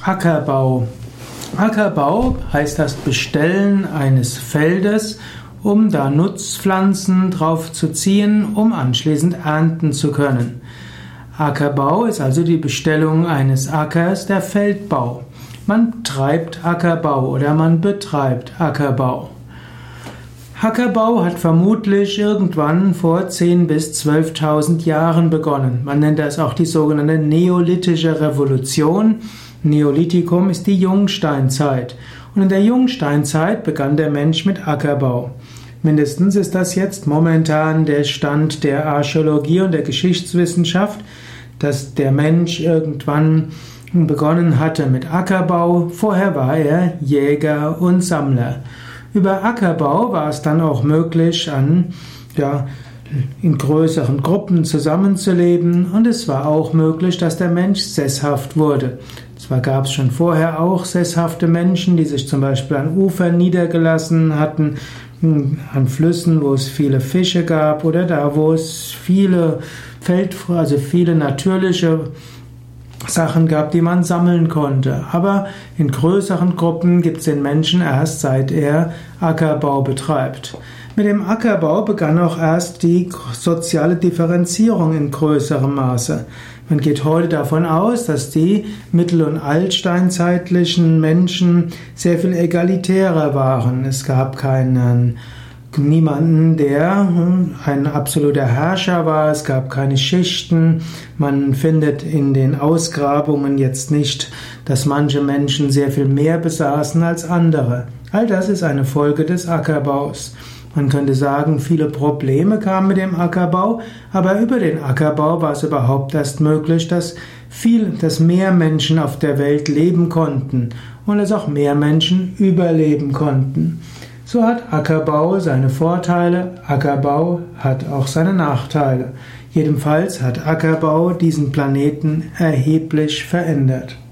Ackerbau. Ackerbau heißt das Bestellen eines Feldes, um da Nutzpflanzen drauf zu ziehen, um anschließend ernten zu können. Ackerbau ist also die Bestellung eines Ackers, der Feldbau. Man treibt Ackerbau oder man betreibt Ackerbau. Ackerbau hat vermutlich irgendwann vor 10.000 bis 12.000 Jahren begonnen. Man nennt das auch die sogenannte Neolithische Revolution. Neolithikum ist die Jungsteinzeit. Und in der Jungsteinzeit begann der Mensch mit Ackerbau. Mindestens ist das jetzt momentan der Stand der Archäologie und der Geschichtswissenschaft, dass der Mensch irgendwann begonnen hatte mit Ackerbau. Vorher war er Jäger und Sammler. Über Ackerbau war es dann auch möglich, in größeren Gruppen zusammenzuleben, und es war auch möglich, dass der Mensch sesshaft wurde. Zwar gab es schon vorher auch sesshafte Menschen, die sich zum Beispiel an Ufern niedergelassen hatten, an Flüssen, wo es viele Fische gab, oder da, wo es viele natürliche Sachen gab, die man sammeln konnte. Aber in größeren Gruppen gibt es den Menschen erst, seit er Ackerbau betreibt. Mit dem Ackerbau begann auch erst die soziale Differenzierung in größerem Maße. Man geht heute davon aus, dass die mittel- und altsteinzeitlichen Menschen sehr viel egalitärer waren. Es gab niemanden, der ein absoluter Herrscher war. Es gab keine Schichten. Man findet in den Ausgrabungen jetzt nicht, dass manche Menschen sehr viel mehr besaßen als andere. All das ist eine Folge des Ackerbaus. Man könnte sagen, viele Probleme kamen mit dem Ackerbau, aber über den Ackerbau war es überhaupt erst möglich, dass mehr Menschen auf der Welt leben konnten und dass auch mehr Menschen überleben konnten. So hat Ackerbau seine Vorteile, Ackerbau hat auch seine Nachteile. Jedenfalls hat Ackerbau diesen Planeten erheblich verändert.